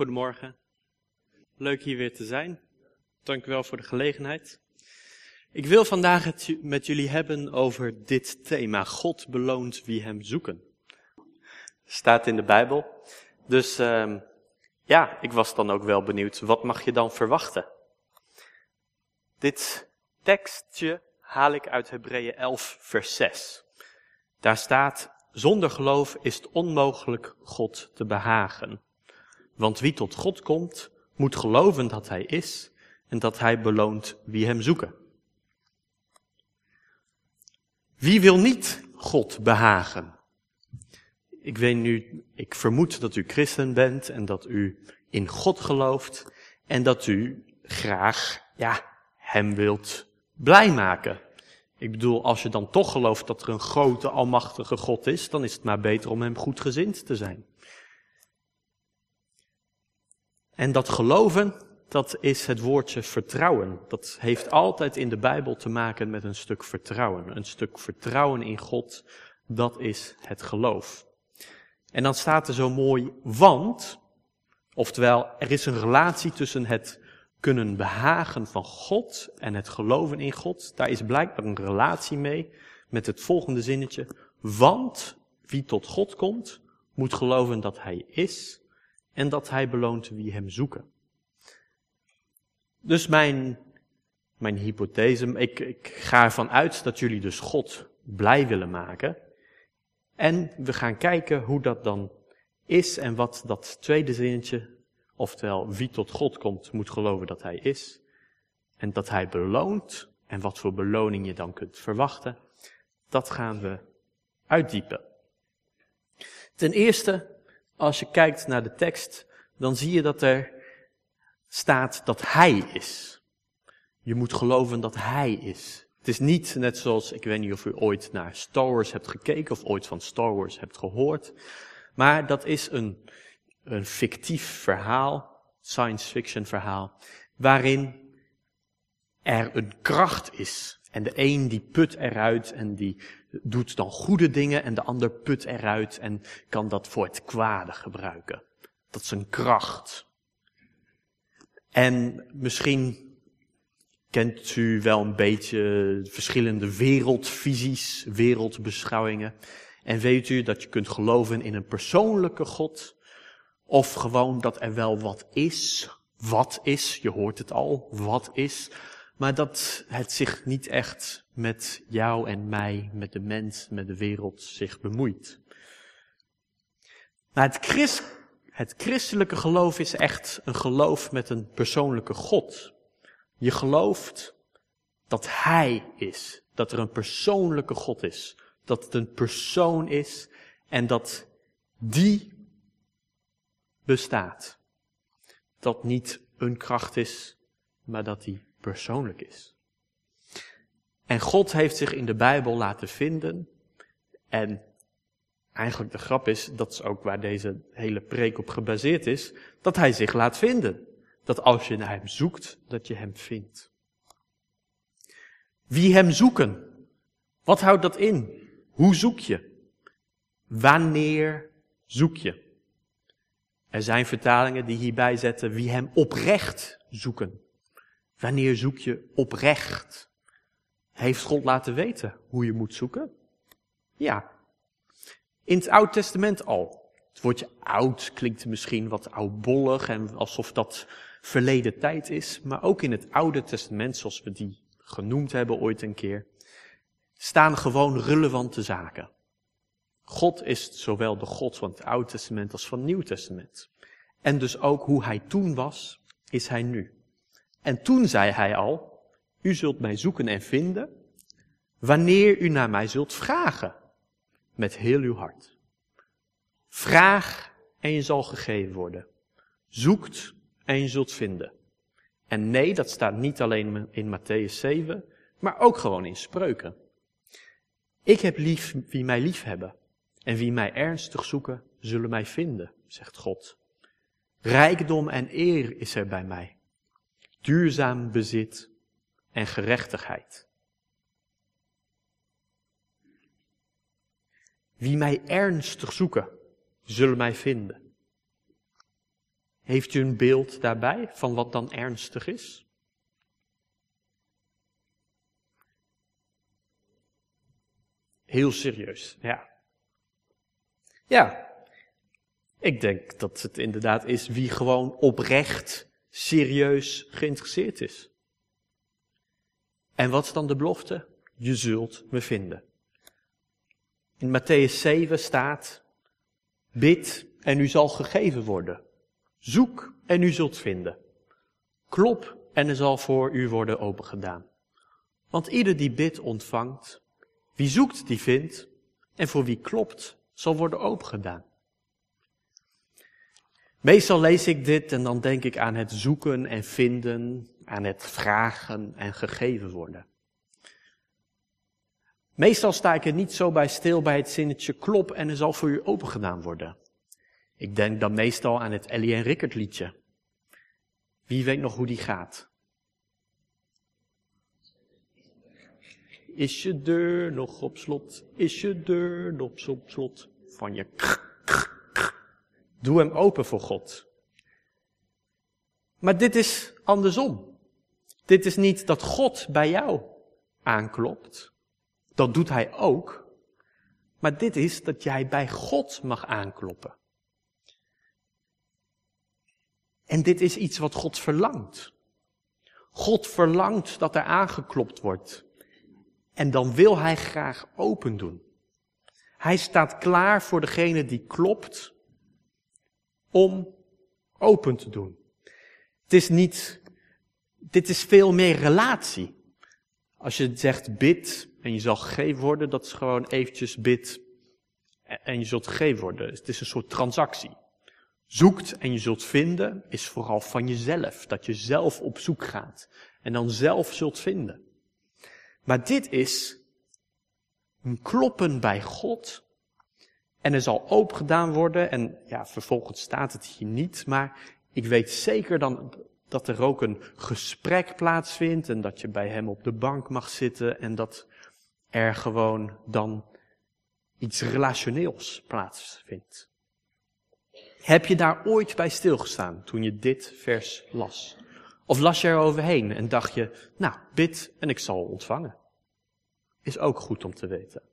Goedemorgen. Leuk hier weer te zijn. Dank u wel voor de gelegenheid. Ik wil vandaag het met jullie hebben over dit thema. God beloont wie hem zoeken. Staat in de Bijbel. Dus ik was dan ook wel benieuwd. Wat mag je dan verwachten? Dit tekstje haal ik uit Hebreeën 11 vers 6. Daar staat: zonder geloof is het onmogelijk God te behagen. Want wie tot God komt, moet geloven dat hij is en dat hij beloont wie hem zoeken. Wie wil niet God behagen? Ik vermoed dat u christen bent en dat u in God gelooft en dat u graag, hem wilt blij maken. Ik bedoel, als je dan toch gelooft dat er een grote, almachtige God is, dan is het maar beter om hem goedgezind te zijn. En dat geloven, dat is het woordje vertrouwen. Dat heeft altijd in de Bijbel te maken met een stuk vertrouwen. Een stuk vertrouwen in God, dat is het geloof. En dan staat er zo mooi, want, oftewel, er is een relatie tussen het kunnen behagen van God en het geloven in God. Daar is blijkbaar een relatie mee met het volgende zinnetje. Want wie tot God komt, moet geloven dat hij is en dat hij beloont wie hem zoeken. Dus mijn hypothese, ik ga ervan uit dat jullie dus God blij willen maken. En we gaan kijken hoe dat dan is en wat dat tweede zinnetje, oftewel wie tot God komt, moet geloven dat hij is en dat hij beloont en wat voor beloning je dan kunt verwachten, dat gaan we uitdiepen. Ten eerste, als je kijkt naar de tekst, dan zie je dat er staat dat hij is. Je moet geloven dat hij is. Het is niet net zoals, ik weet niet of u ooit naar Star Wars hebt gekeken of ooit van Star Wars hebt gehoord, maar dat is een fictief verhaal, science fiction verhaal, waarin er een kracht is. En de een die put eruit en die doet dan goede dingen en de ander put eruit en kan dat voor het kwade gebruiken. Dat is een kracht. En misschien kent u wel een beetje verschillende wereldvisies, wereldbeschouwingen. En weet u dat je kunt geloven in een persoonlijke God, of gewoon dat er wel wat is. Wat is, je hoort het al, wat is. Maar dat het zich niet echt met jou en mij, met de mens, met de wereld zich bemoeit. Maar het christelijke geloof is echt een geloof met een persoonlijke God. Je gelooft dat hij is, dat er een persoonlijke God is. Dat het een persoon is en dat die bestaat. Dat niet een kracht is, maar dat die persoonlijk is. En God heeft zich in de Bijbel laten vinden. En eigenlijk de grap is, dat is ook waar deze hele preek op gebaseerd is, dat hij zich laat vinden. Dat als je naar hem zoekt, dat je hem vindt. Wie hem zoeken? Wat houdt dat in? Hoe zoek je? Wanneer zoek je? Er zijn vertalingen die hierbij zetten wie hem oprecht zoeken. Wanneer zoek je oprecht? Heeft God laten weten hoe je moet zoeken? Ja. In het Oude Testament al. Het woordje oud klinkt misschien wat oudbollig en alsof dat verleden tijd is. Maar ook in het Oude Testament, zoals we die genoemd hebben ooit een keer, staan gewoon relevante zaken. God is zowel de God van het Oude Testament als van het Nieuw Testament. En dus ook hoe hij toen was, is hij nu. En toen zei hij al, u zult mij zoeken en vinden, wanneer u naar mij zult vragen, met heel uw hart. Vraag en je zal gegeven worden. Zoekt en je zult vinden. En nee, dat staat niet alleen in Mattheüs 7, maar ook gewoon in Spreuken. Ik heb lief wie mij lief hebben. En wie mij ernstig zoeken, zullen mij vinden, zegt God. Rijkdom en eer is er bij mij. Duurzaam bezit en gerechtigheid. Wie mij ernstig zoeken, zullen mij vinden. Heeft u een beeld daarbij van wat dan ernstig is? Heel serieus, ja. Ja, ik denk dat het inderdaad is wie gewoon oprecht, serieus geïnteresseerd is. En wat is dan de belofte? Je zult me vinden. In Mattheüs 7 staat, bid en u zal gegeven worden. Zoek en u zult vinden. Klop en er zal voor u worden opengedaan. Want ieder die bidt ontvangt, wie zoekt die vindt en voor wie klopt zal worden opengedaan. Meestal lees ik dit en dan denk ik aan het zoeken en vinden, aan het vragen en gegeven worden. Meestal sta ik er niet zo bij stil bij het zinnetje klop en er zal voor u opengedaan worden. Ik denk dan meestal aan het Ellie en Rickert liedje. Wie weet nog hoe die gaat? Is je deur nog op slot? Is je deur nog op slot? Van je doe hem open voor God. Maar dit is andersom. Dit is niet dat God bij jou aanklopt. Dat doet hij ook. Maar dit is dat jij bij God mag aankloppen. En dit is iets wat God verlangt. God verlangt dat er aangeklopt wordt. En dan wil hij graag open doen. Hij staat klaar voor degene die klopt om open te doen. Dit is veel meer relatie. Als je zegt bid en je zal gegeven worden, dat is gewoon eventjes bid en je zult gegeven worden. Het is een soort transactie. Zoekt en je zult vinden is vooral van jezelf. Dat je zelf op zoek gaat en dan zelf zult vinden. Maar dit is een kloppen bij God. En er zal open gedaan worden. En ja, vervolgens staat het hier niet. Maar ik weet zeker dan dat er ook een gesprek plaatsvindt. En dat je bij hem op de bank mag zitten. En dat er gewoon dan iets relationeels plaatsvindt. Heb je daar ooit bij stilgestaan toen je dit vers las? Of las je er overheen en dacht je, nou, bid en ik zal ontvangen. Is ook goed om te weten.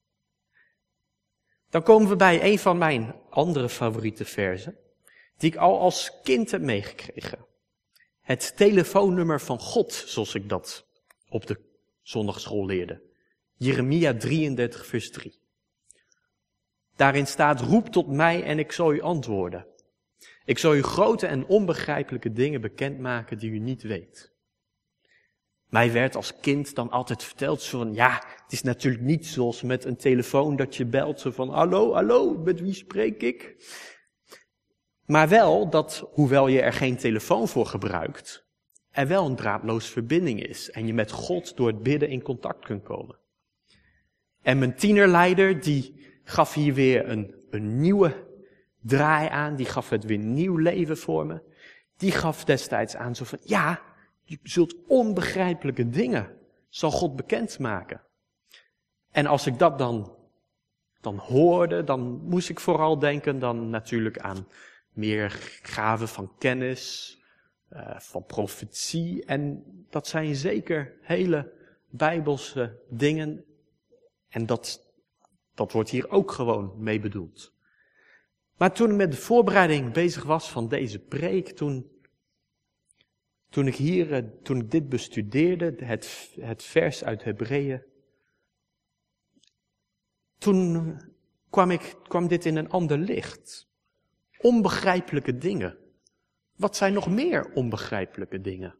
Dan komen we bij een van mijn andere favoriete versen, die ik al als kind heb meegekregen. Het telefoonnummer van God, zoals ik dat op de zondagschool leerde. Jeremia 33 vers 3. Daarin staat, roep tot mij en ik zal u antwoorden. Ik zal u grote en onbegrijpelijke dingen bekendmaken die u niet weet. Mij werd als kind dan altijd verteld zo van, ja, het is natuurlijk niet zoals met een telefoon dat je belt zo van, hallo, met wie spreek ik? Maar wel dat, hoewel je er geen telefoon voor gebruikt, er wel een draadloos verbinding is en je met God door het bidden in contact kunt komen. En mijn tienerleider, die gaf hier weer een nieuwe draai aan, die gaf het weer nieuw leven voor me. Die gaf destijds aan zo van, ja, je zult onbegrijpelijke dingen, zal God bekendmaken. En als ik dat dan hoorde, dan moest ik vooral denken dan natuurlijk aan meer gaven van kennis, van profetie. En dat zijn zeker hele bijbelse dingen. En dat wordt hier ook gewoon mee bedoeld. Maar toen ik met de voorbereiding bezig was van deze preek, toen ik dit bestudeerde, het vers uit Hebreeën, toen kwam dit in een ander licht. Onbegrijpelijke dingen. Wat zijn nog meer onbegrijpelijke dingen?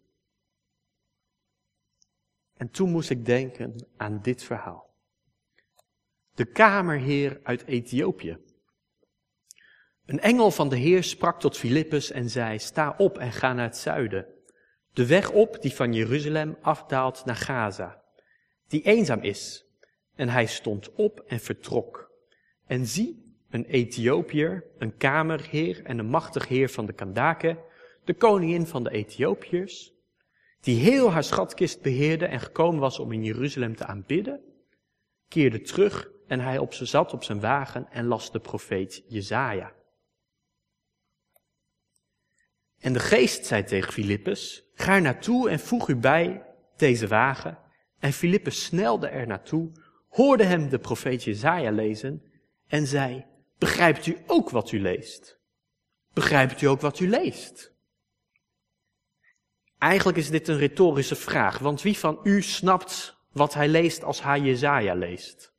En toen moest ik denken aan dit verhaal. De kamerheer uit Ethiopië. Een engel van de Heer sprak tot Filippus en zei, sta op en ga naar het zuiden. De weg op die van Jeruzalem afdaalt naar Gaza, die eenzaam is. En hij stond op en vertrok. En zie, een Ethiopiër, een kamerheer en een machtig heer van de Kandake, de koningin van de Ethiopiërs, die heel haar schatkist beheerde en gekomen was om in Jeruzalem te aanbidden, keerde terug en hij zat op zijn wagen en las de profeet Jesaja. En de geest zei tegen Filippus, ga er naartoe en voeg u bij deze wagen. En Filippus snelde er naartoe, hoorde hem de profeet Jesaja lezen en zei, begrijpt u ook wat u leest? Begrijpt u ook wat u leest? Eigenlijk is dit een retorische vraag, want wie van u snapt wat hij leest als hij Jesaja leest?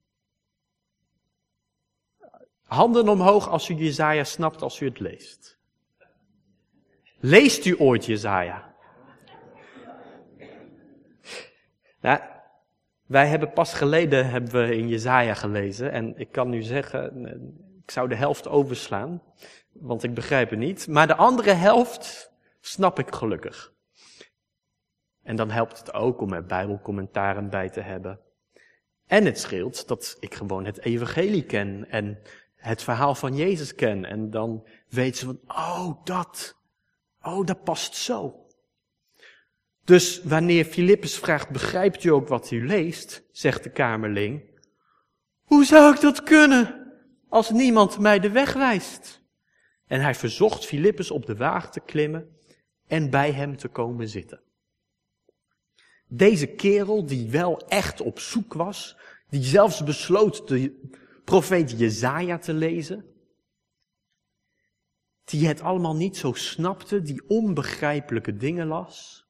Handen omhoog als u Jesaja snapt als u het leest. Leest u ooit Jesaja? Nou, wij hebben pas geleden in Jesaja gelezen en ik kan nu zeggen, ik zou de helft overslaan, want ik begrijp het niet. Maar de andere helft snap ik gelukkig. En dan helpt het ook om er bijbelcommentaren bij te hebben. En het scheelt dat ik gewoon het evangelie ken en het verhaal van Jezus ken. En dan weet ze van, dat past zo. Dus wanneer Filippus vraagt, begrijpt u ook wat u leest, zegt de kamerling, hoe zou ik dat kunnen als niemand mij de weg wijst? En hij verzocht Filippus op de wagen te klimmen en bij hem te komen zitten. Deze kerel die wel echt op zoek was, die zelfs besloot de profeet Jesaja te lezen, die het allemaal niet zo snapte, die onbegrijpelijke dingen las,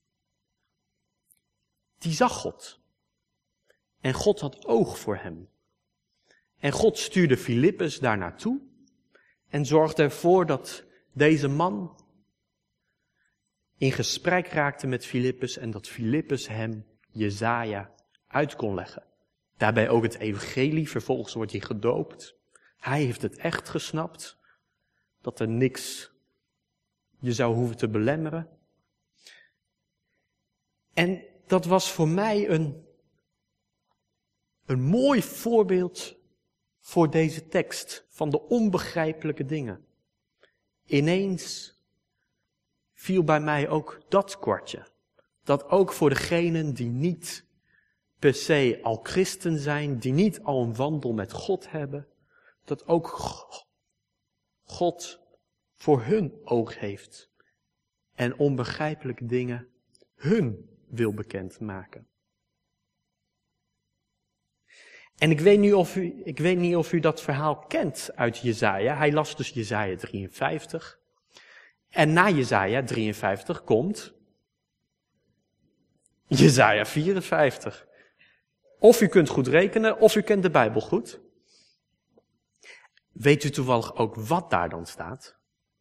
die zag God. En God had oog voor hem. En God stuurde Filippus daar naartoe en zorgde ervoor dat deze man in gesprek raakte met Filippus en dat Filippus hem Jesaja uit kon leggen. Daarbij ook het evangelie, vervolgens wordt hij gedoopt. Hij heeft het echt gesnapt, dat er niks je zou hoeven te belemmeren. En dat was voor mij een mooi voorbeeld voor deze tekst van de onbegrijpelijke dingen. Ineens viel bij mij ook dat kwartje. Dat ook voor degenen die niet per se al christen zijn, die niet al een wandel met God hebben, dat ook God voor hun oog heeft en onbegrijpelijke dingen hun wil bekendmaken. En ik weet niet of u dat verhaal kent uit Jesaja. Hij las dus Jesaja 53. En na Jesaja 53 komt Jesaja 54. Of u kunt goed rekenen, of u kent de Bijbel goed. Weet u toevallig ook wat daar dan staat?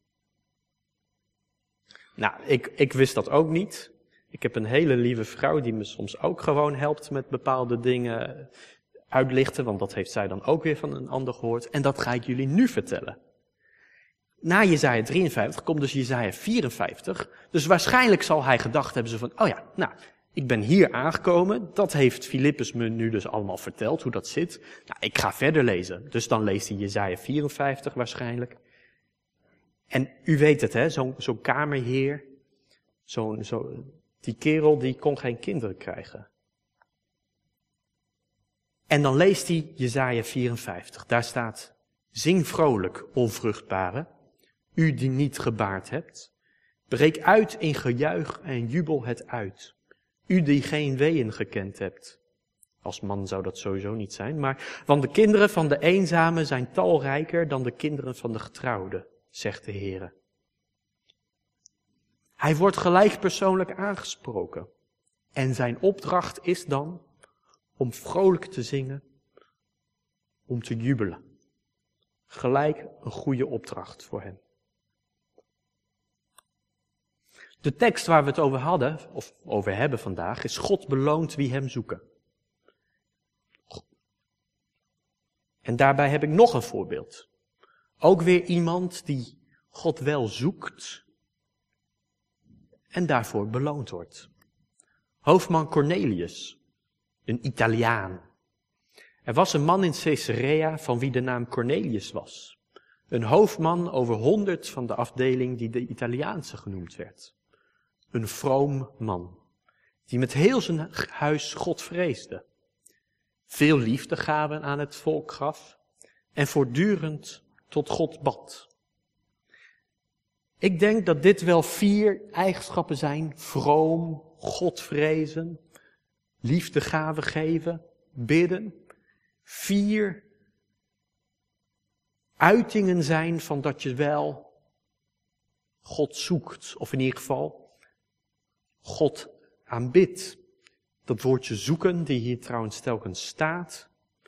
Nou, ik wist dat ook niet. Ik heb een hele lieve vrouw die me soms ook gewoon helpt met bepaalde dingen uitlichten, want dat heeft zij dan ook weer van een ander gehoord. En dat ga ik jullie nu vertellen. Na Jesaja 53 komt dus Jesaja 54. Dus waarschijnlijk zal hij gedacht hebben van, ik ben hier aangekomen. Dat heeft Filippus me nu dus allemaal verteld, hoe dat zit. Nou, ik ga verder lezen. Dus dan leest hij Jesaja 54 waarschijnlijk. En u weet het, hè, zo'n kamerheer, die kerel die kon geen kinderen krijgen. En dan leest hij Jesaja 54. Daar staat, zing vrolijk, onvruchtbare, u die niet gebaard hebt. Breek uit in gejuich en jubel het uit. U die geen weeën gekend hebt. Als man zou dat sowieso niet zijn, maar want de kinderen van de eenzame zijn talrijker dan de kinderen van de getrouwden, zegt de Heere. Hij wordt gelijk persoonlijk aangesproken. En zijn opdracht is dan om vrolijk te zingen, om te jubelen. Gelijk een goede opdracht voor hem. De tekst waar we het over hadden, of over hebben vandaag, is God beloont wie hem zoeken. En daarbij heb ik nog een voorbeeld. Ook weer iemand die God wel zoekt en daarvoor beloond wordt. Hoofdman Cornelius, een Italiaan. Er was een man in Caesarea van wie de naam Cornelius was. Een hoofdman over 100 van de afdeling die de Italiaanse genoemd werd. Een vroom man, die met heel zijn huis God vreesde. Veel liefde gaven aan het volk gaf en voortdurend tot God bad. Ik denk dat dit wel 4 eigenschappen zijn. Vroom, God vrezen, liefdegave geven, bidden. 4 uitingen zijn van dat je wel God zoekt. Of in ieder geval God aanbidt. Dat woordje zoeken, die hier trouwens telkens staat.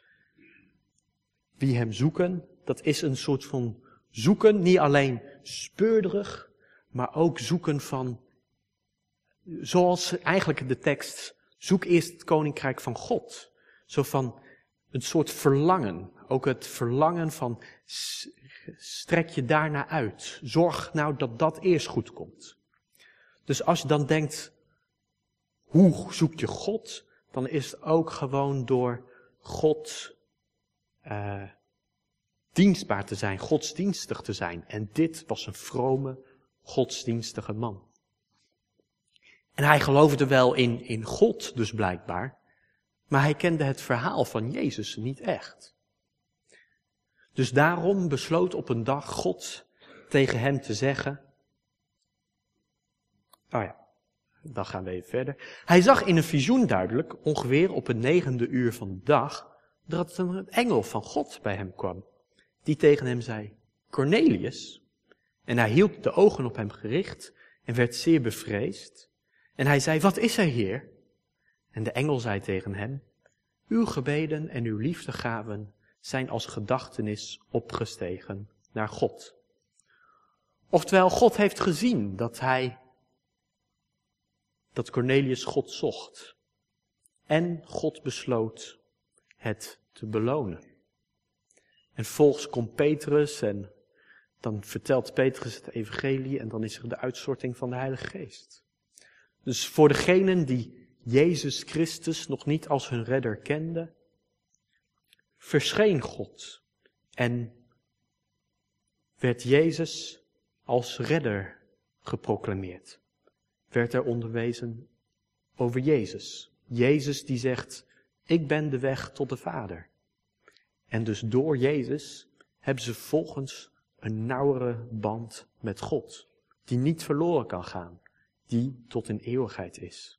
Wie hem zoeken, dat is een soort van zoeken, niet alleen speurderig, maar ook zoeken van, zoals eigenlijk de tekst, zoek eerst het koninkrijk van God. Zo van een soort verlangen, ook het verlangen van, strek je daarna uit. Zorg nou dat dat eerst goed komt. Dus als je dan denkt, hoe zoek je God? Dan is het ook gewoon door God dienstbaar te zijn, godsdienstig te zijn. En dit was een vrome, godsdienstige man. En hij geloofde wel in God, dus blijkbaar. Maar hij kende het verhaal van Jezus niet echt. Dus daarom besloot op een dag God tegen hem te zeggen. Oh ja, dan gaan we even verder. Hij zag in een visioen duidelijk, ongeveer op het 9e uur van de dag, dat een engel van God bij hem kwam. Die tegen hem zei, Cornelius. En hij hield de ogen op hem gericht en werd zeer bevreesd. En hij zei, wat is er, Heer? En de engel zei tegen hem, uw gebeden en uw liefdegaven zijn als gedachtenis opgestegen naar God. Oftewel, God heeft gezien dat Cornelius God zocht. En God besloot het te belonen. En volgens komt Petrus en dan vertelt Petrus het evangelie en dan is er de uitstorting van de Heilige Geest. Dus voor degenen die Jezus Christus nog niet als hun redder kenden, verscheen God en werd Jezus als redder geproclameerd. Werd er onderwezen over Jezus. Jezus die zegt, ik ben de weg tot de Vader. En dus door Jezus hebben ze volgens een nauwere band met God. Die niet verloren kan gaan. Die tot in eeuwigheid is.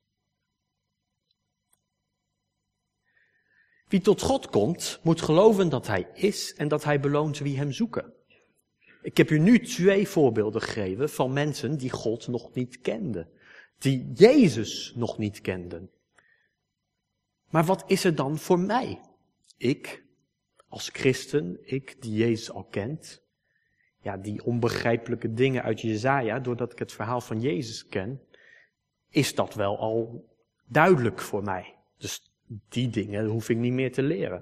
Wie tot God komt, moet geloven dat hij is en dat hij beloont wie hem zoeken. Ik heb u nu 2 voorbeelden gegeven van mensen die God nog niet kenden. Die Jezus nog niet kenden. Maar wat is er dan voor mij? Ik, als christen, ik die Jezus al kent. Ja, die onbegrijpelijke dingen uit Jesaja, doordat ik het verhaal van Jezus ken, is dat wel al duidelijk voor mij. Dus die dingen hoef ik niet meer te leren.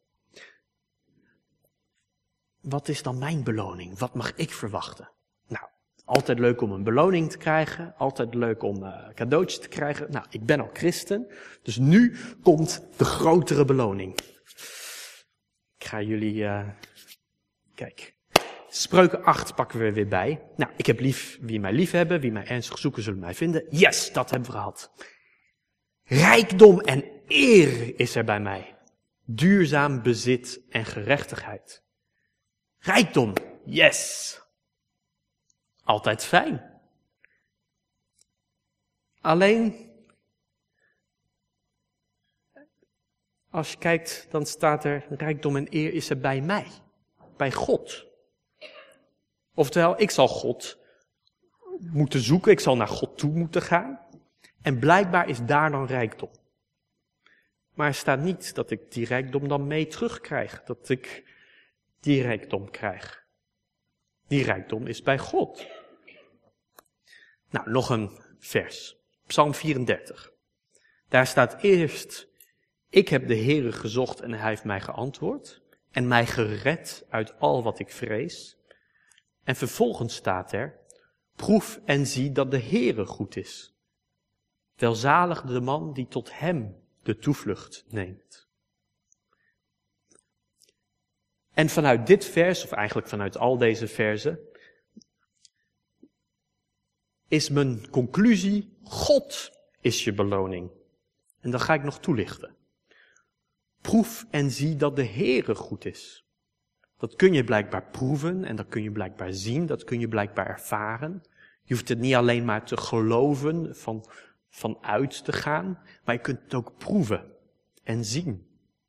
Wat is dan mijn beloning? Wat mag ik verwachten? Nou, altijd leuk om een beloning te krijgen. Altijd leuk om cadeautjes te krijgen. Nou, ik ben al christen. Dus nu komt de grotere beloning. Ik ga jullie... Kijk. Spreuken 8 pakken we weer bij. Nou, ik heb lief wie mij lief hebben. Wie mij ernstig zoeken zullen mij vinden. Yes, dat hebben we gehad. Rijkdom en eer is er bij mij. Duurzaam bezit en gerechtigheid. Rijkdom, yes. Altijd fijn. Alleen, als je kijkt, dan staat er, rijkdom en eer is er bij mij. Bij God. Oftewel, ik zal God moeten zoeken, ik zal naar God toe moeten gaan. En blijkbaar is daar dan rijkdom. Maar er staat niet dat ik die rijkdom dan mee terugkrijg. Dat ik die rijkdom krijg. Die rijkdom is bij God. Nou, nog een vers. Psalm 34. Daar staat eerst, ik heb de Heere gezocht en hij heeft mij geantwoord. En mij gered uit al wat ik vrees. En vervolgens staat er, proef en zie dat de Heere goed is. Welzalig de man die tot hem de toevlucht neemt. En vanuit dit vers, of eigenlijk vanuit al deze versen, is mijn conclusie, God is je beloning. En dat ga ik nog toelichten. Proef en zie dat de Heere goed is. Dat kun je blijkbaar proeven en dat kun je blijkbaar zien, dat kun je blijkbaar ervaren. Je hoeft het niet alleen maar te geloven, vanuit te gaan, maar je kunt het ook proeven en zien.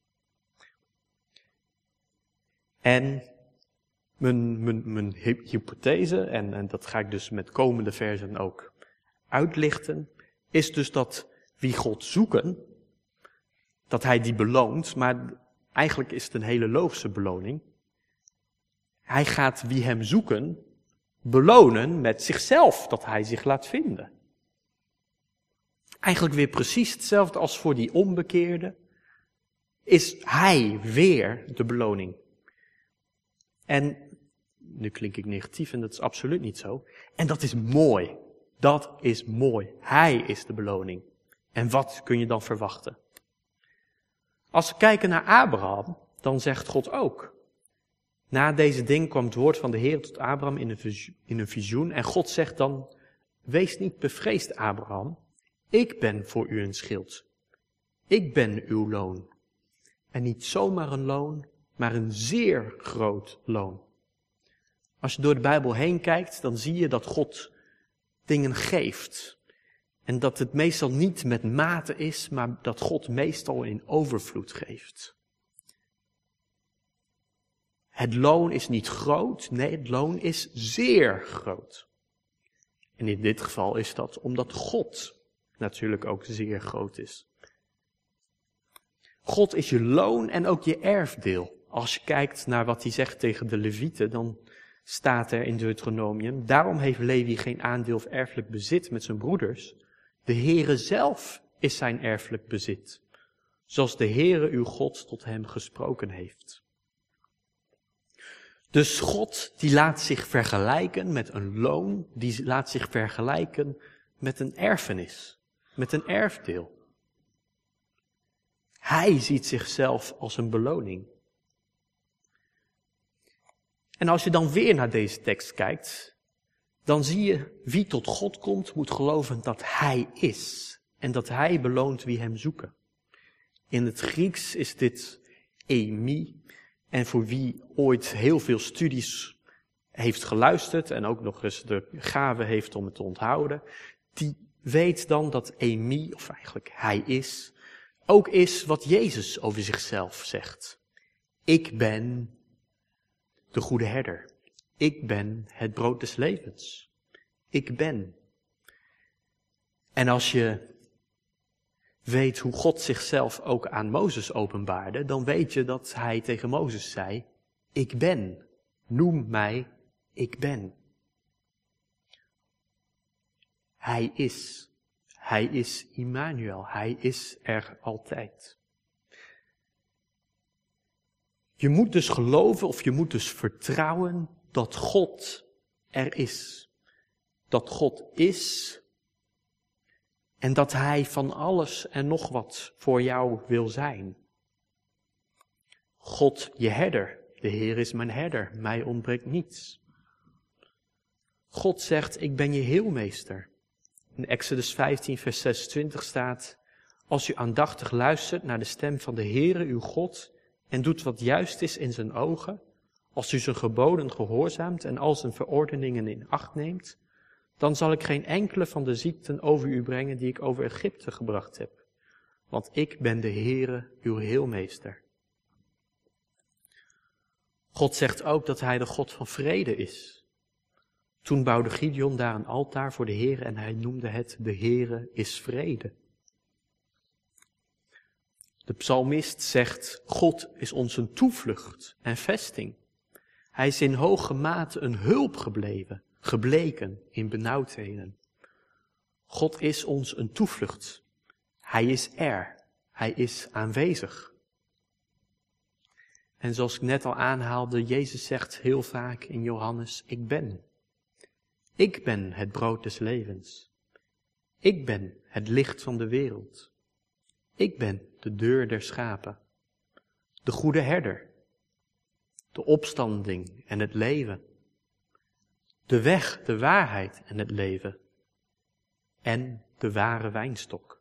En mijn hypothese, en dat ga ik dus met komende versen ook uitlichten, is dus dat wie God zoeken, dat hij die beloont, maar eigenlijk is het een hele logische beloning. Hij gaat wie hem zoeken belonen met zichzelf, dat hij zich laat vinden. Eigenlijk weer precies hetzelfde als voor die onbekeerde, is hij weer de beloning. En nu klink ik negatief en dat is absoluut niet zo. En dat is mooi. Dat is mooi. Hij is de beloning. En wat kun je dan verwachten? Als we kijken naar Abraham, dan zegt God ook. Na deze ding kwam het woord van de Heer tot Abraham in een visioen. En God zegt dan, wees niet bevreesd Abraham. Ik ben voor u een schild. Ik ben uw loon. En niet zomaar een loon, maar een zeer groot loon. Als je door de Bijbel heen kijkt, dan zie je dat God dingen geeft. En dat het meestal niet met mate is, maar dat God meestal in overvloed geeft. Het loon is niet groot, nee, het loon is zeer groot. En in dit geval is dat omdat God natuurlijk ook zeer groot is. God is je loon en ook je erfdeel. Als je kijkt naar wat hij zegt tegen de Levieten, dan staat er in Deuteronomium, daarom heeft Levi geen aandeel of erfelijk bezit met zijn broeders. De Heere zelf is zijn erfelijk bezit, zoals de Heere uw God tot hem gesproken heeft. Dus God die laat zich vergelijken met een loon, die laat zich vergelijken met een erfenis, met een erfdeel. Hij ziet zichzelf als een beloning. En als je dan weer naar deze tekst kijkt, dan zie je wie tot God komt, moet geloven dat hij is. En dat hij beloont wie hem zoeken. In het Grieks is dit eimi. En voor wie ooit heel veel studies heeft geluisterd en ook nog eens de gave heeft om het te onthouden, die weet dan dat eimi, of eigenlijk hij is, ook is wat Jezus over zichzelf zegt. Ik ben de goede herder. Ik ben het brood des levens. Ik ben. En als je weet hoe God zichzelf ook aan Mozes openbaarde, dan weet je dat hij tegen Mozes zei, ik ben. Noem mij, ik ben. Hij is. Hij is Immanuel. Hij is er altijd. Je moet dus geloven of je moet dus vertrouwen dat God er is. Dat God is en dat hij van alles en nog wat voor jou wil zijn. God, je herder. De Heer is mijn herder. Mij ontbreekt niets. God zegt, ik ben je heelmeester. In Exodus 15 vers 26 staat, als u aandachtig luistert naar de stem van de Heere uw God en doet wat juist is in zijn ogen, als u zijn geboden gehoorzaamt en al zijn verordeningen in acht neemt, dan zal ik geen enkele van de ziekten over u brengen die ik over Egypte gebracht heb. Want ik ben de Heere, uw heelmeester. God zegt ook dat hij de God van vrede is. Toen bouwde Gideon daar een altaar voor de Heere en hij noemde het de Heere is vrede. De psalmist zegt, God is ons een toevlucht en vesting. Hij is in hoge mate een hulp gebleken in benauwdheden. God is ons een toevlucht. Hij is er. Hij is aanwezig. En zoals ik net al aanhaalde, Jezus zegt heel vaak in Johannes, ik ben. Ik ben het brood des levens. Ik ben het licht van de wereld. Ik ben de deur der schapen. De goede herder. De opstanding en het leven. De weg, de waarheid en het leven. En de ware wijnstok.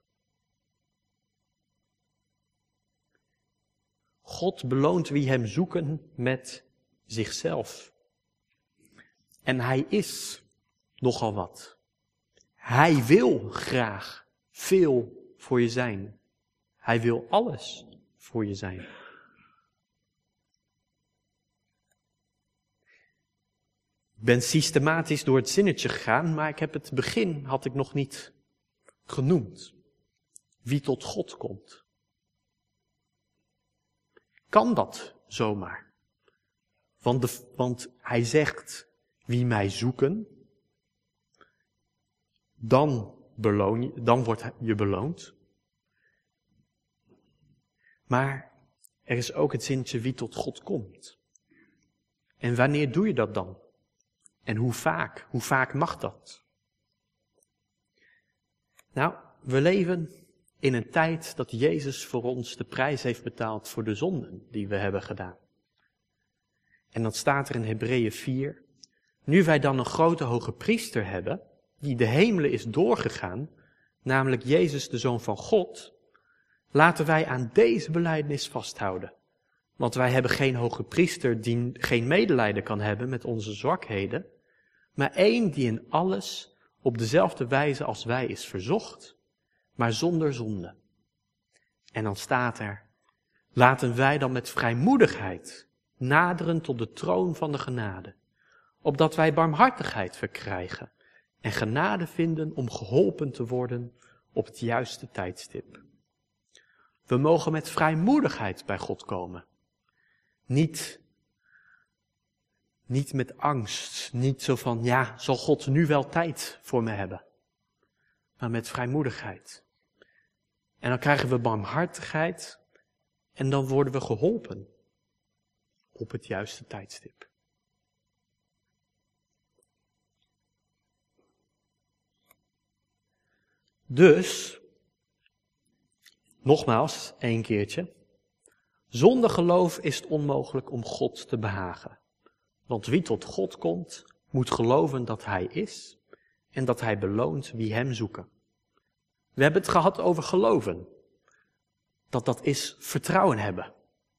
God beloont wie hem zoeken met zichzelf. En hij is nogal wat. Hij wil graag veel voor je zijn. Hij wil alles voor je zijn. Ik ben systematisch door het zinnetje gegaan, maar ik heb het begin had ik nog niet genoemd. Wie tot God komt. Kan dat zomaar? Want hij zegt, wie mij zoeken, dan wordt je beloond. Maar er is ook het zinnetje wie tot God komt. En wanneer doe je dat dan? En hoe vaak? Hoe vaak mag dat? Nou, we leven in een tijd dat Jezus voor ons de prijs heeft betaald voor de zonden die we hebben gedaan. En dat staat er in Hebreeën 4. Nu wij dan een grote hoge priester hebben, die de hemelen is doorgegaan, namelijk Jezus de Zoon van God, laten wij aan deze belijdenis vasthouden. Want wij hebben geen hoge priester die geen medelijden kan hebben met onze zwakheden, maar één die in alles op dezelfde wijze als wij is verzocht, maar zonder zonde. En dan staat er, laten wij dan met vrijmoedigheid naderen tot de troon van de genade, opdat wij barmhartigheid verkrijgen en genade vinden om geholpen te worden op het juiste tijdstip. We mogen met vrijmoedigheid bij God komen. Niet met angst, niet zo van, ja, zal God nu wel tijd voor me hebben? Maar met vrijmoedigheid. En dan krijgen we barmhartigheid en dan worden we geholpen op het juiste tijdstip. Dus, nogmaals, 1 keertje. Zonder geloof is het onmogelijk om God te behagen. Want wie tot God komt, moet geloven dat Hij is en dat Hij beloont wie Hem zoeken. We hebben het gehad over geloven. Dat is vertrouwen hebben.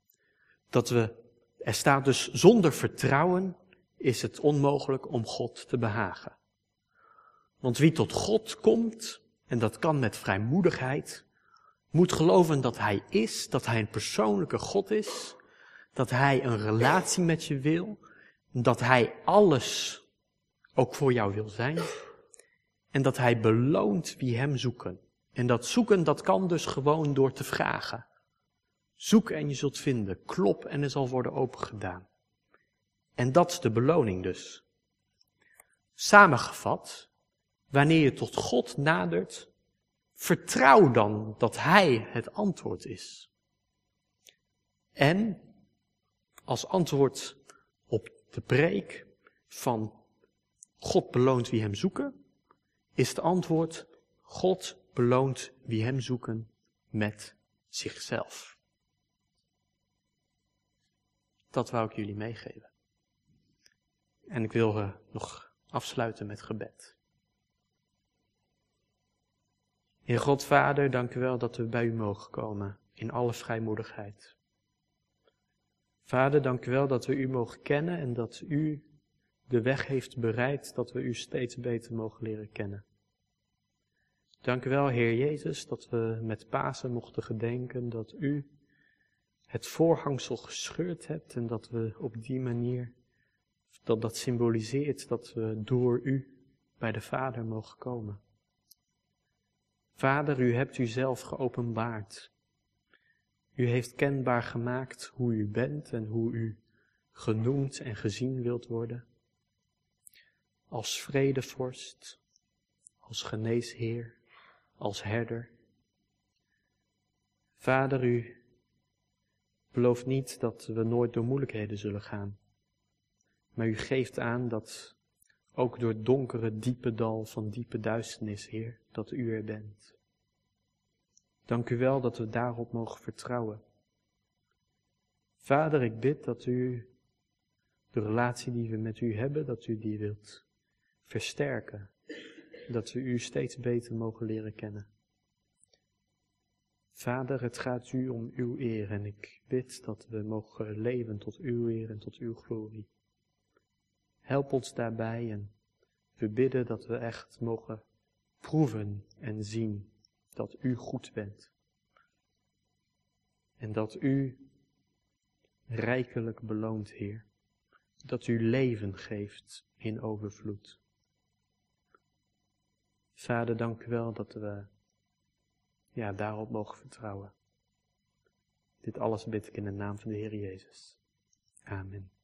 Er staat dus zonder vertrouwen is het onmogelijk om God te behagen. Want wie tot God komt, en dat kan met vrijmoedigheid, moet geloven dat Hij is, dat Hij een persoonlijke God is, dat Hij een relatie met je wil, dat Hij alles ook voor jou wil zijn en dat Hij beloont wie Hem zoeken. En dat zoeken, dat kan dus gewoon door te vragen. Zoek en je zult vinden, klop en er zal worden opengedaan. En dat is de beloning dus. Samengevat, wanneer je tot God nadert, vertrouw dan dat Hij het antwoord is. En als antwoord op de preek van God beloont wie Hem zoeken, is het antwoord God beloont wie Hem zoeken met zichzelf. Dat wou ik jullie meegeven. En ik wil nog afsluiten met gebed. Heer God, Vader, dank u wel dat we bij u mogen komen in alle vrijmoedigheid. Vader, dank u wel dat we u mogen kennen en dat u de weg heeft bereid dat we u steeds beter mogen leren kennen. Dank u wel, Heer Jezus, dat we met Pasen mochten gedenken dat u het voorhangsel gescheurd hebt en dat we op die manier, dat symboliseert dat we door u bij de Vader mogen komen. Vader, u hebt uzelf geopenbaard. U heeft kenbaar gemaakt hoe u bent en hoe u genoemd en gezien wilt worden. Als vredevorst, als geneesheer, als herder. Vader, u belooft niet dat we nooit door moeilijkheden zullen gaan. Maar u geeft aan dat ook door het donkere, diepe dal van diepe duisternis, Heer, dat u er bent. Dank u wel dat we daarop mogen vertrouwen. Vader, ik bid dat u de relatie die we met u hebben, dat u die wilt versterken. Dat we u steeds beter mogen leren kennen. Vader, het gaat u om uw eer en ik bid dat we mogen leven tot uw eer en tot uw glorie. Help ons daarbij en we bidden dat we echt mogen proeven en zien dat u goed bent. En dat u rijkelijk beloont, Heer. Dat u leven geeft in overvloed. Vader, dank u wel dat we daarop mogen vertrouwen. Dit alles bid ik in de naam van de Heer Jezus. Amen.